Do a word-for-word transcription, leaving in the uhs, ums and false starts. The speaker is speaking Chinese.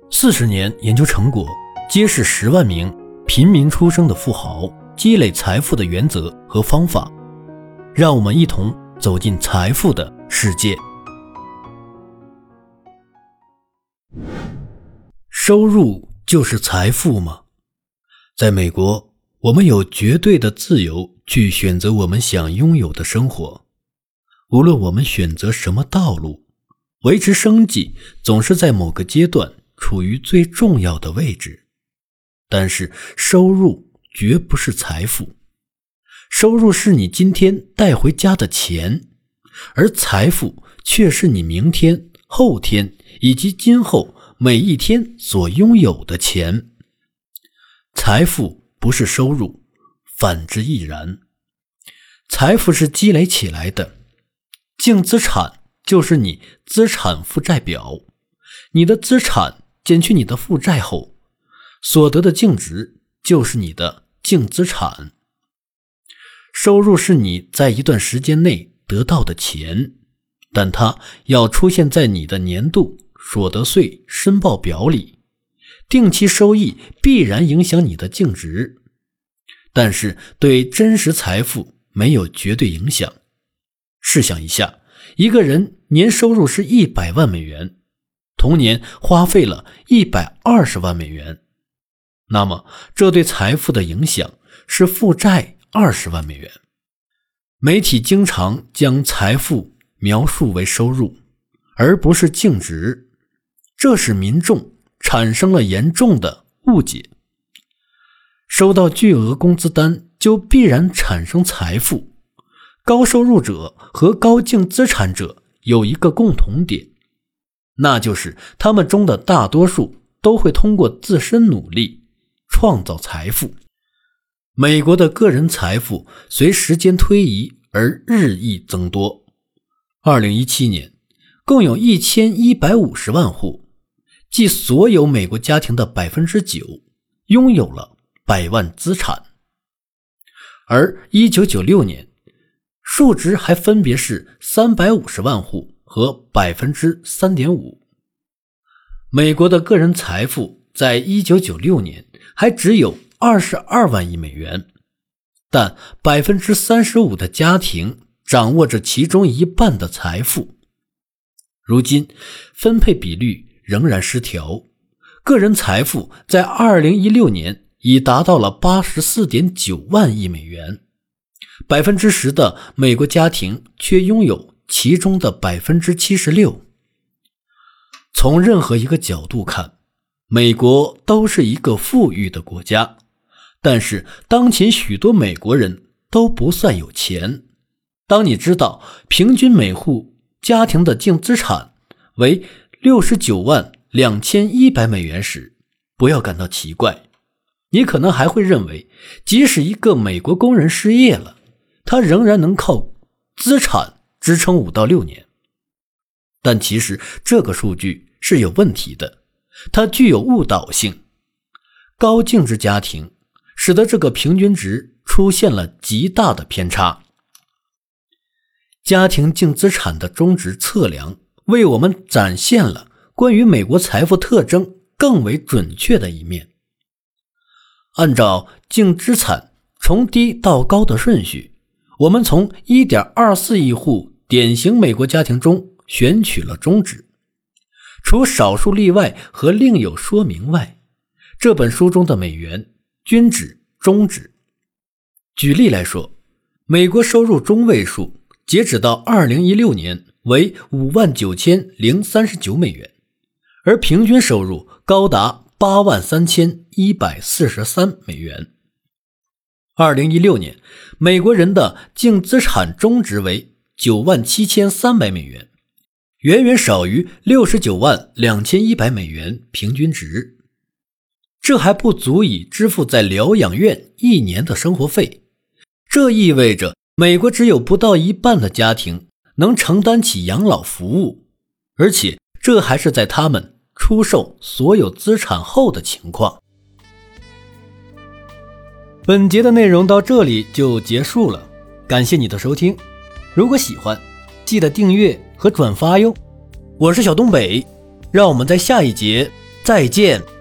四十年研究成果揭示十万名平民出生的富豪积累财富的原则和方法，让我们一同走进财富的世界。收入就是财富吗？在美国，我们有绝对的自由去选择我们想拥有的生活。无论我们选择什么道路，维持生计总是在某个阶段处于最重要的位置。但是收入绝不是财富，收入是你今天带回家的钱，而财富却是你明天、后天以及今后每一天所拥有的钱。财富不是收入，反之亦然。财富是积累起来的，净资产就是你资产负债表，你的资产减去你的负债后，所得的净值就是你的净资产。收入是你在一段时间内得到的钱，但它要出现在你的年度所得税申报表里，定期收益必然影响你的净值，但是对真实财富没有绝对影响。试想一下，一个人年收入是一百万美元，同年花费了一百二十万美元，那么这对财富的影响是负债二十万美元。媒体经常将财富描述为收入，而不是净值，这使民众产生了严重的误解。收到巨额工资单就必然产生财富，高收入者和高净资产者有一个共同点，那就是他们中的大多数都会通过自身努力创造财富。美国的个人财富随时间推移而日益增多。二零一七年，共有一千一百五十万户，即所有美国家庭的 百分之九 拥有了百万资产。而一九九六年，数值还分别是三百五十万户和 百分之三点五。 美国的个人财富在一九九六年还只有二十二万亿美元，但 百分之三十五 的家庭掌握着其中一半的财富。如今分配比率仍然失调，个人财富在二零一六年已达到了 八十四点九万亿美元， 百分之十 的美国家庭却拥有其中的 百分之七十六。 从任何一个角度看，美国都是一个富裕的国家，但是当前许多美国人都不算有钱。当你知道平均每户家庭的净资产为六十九万两千一百美元时，不要感到奇怪。你可能还会认为，即使一个美国工人失业了，他仍然能靠资产支撑五到六年。但其实这个数据是有问题的，它具有误导性。高净值家庭使得这个平均值出现了极大的偏差。家庭净资产的中值测量为我们展现了关于美国财富特征更为准确的一面。按照净资产从低到高的顺序，我们从 一点二四亿户典型美国家庭中选取了中值。除少数例外和另有说明外，这本书中的美元均指中值。举例来说，美国收入中位数截止到二零一六年为 五万九千零三十九美元，而平均收入高达 八万三千一百四十三美元。二零一六年，美国人的净资产中值为九万七千三百美元，远远少于六十九万两千一百美元平均值。这还不足以支付在疗养院一年的生活费。这意味着美国只有不到一半的家庭能承担起养老服务，而且这还是在他们出售所有资产后的情况。本节的内容到这里就结束了，感谢你的收听。如果喜欢，记得订阅和转发哟。我是小东北，让我们在下一节再再见。